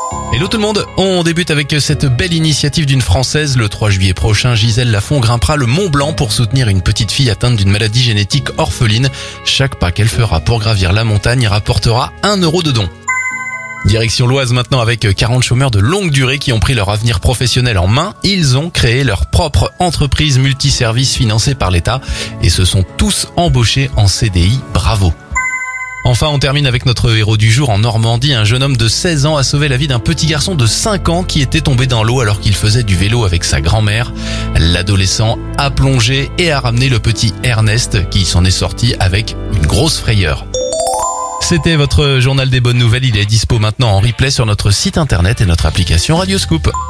Hello tout le monde, on débute avec cette belle initiative d'une Française. Le 3 juillet prochain, Gisèle Lafont grimpera le Mont Blanc pour soutenir une petite fille atteinte d'une maladie génétique orpheline. Chaque pas qu'elle fera pour gravir la montagne rapportera 1 euro de don. Direction l'Oise maintenant avec 40 chômeurs de longue durée qui ont pris leur avenir professionnel en main. Ils ont créé leur propre entreprise multiservice financée par l'État et se sont tous embauchés en CDI. Bravo. Enfin, on termine avec notre héros du jour en Normandie. Un jeune homme de 16 ans a sauvé la vie d'un petit garçon de 5 ans qui était tombé dans l'eau alors qu'il faisait du vélo avec sa grand-mère. L'adolescent a plongé et a ramené le petit Ernest qui s'en est sorti avec une grosse frayeur. C'était votre journal des bonnes nouvelles. Il est dispo maintenant en replay sur notre site internet et notre application Radioscoop.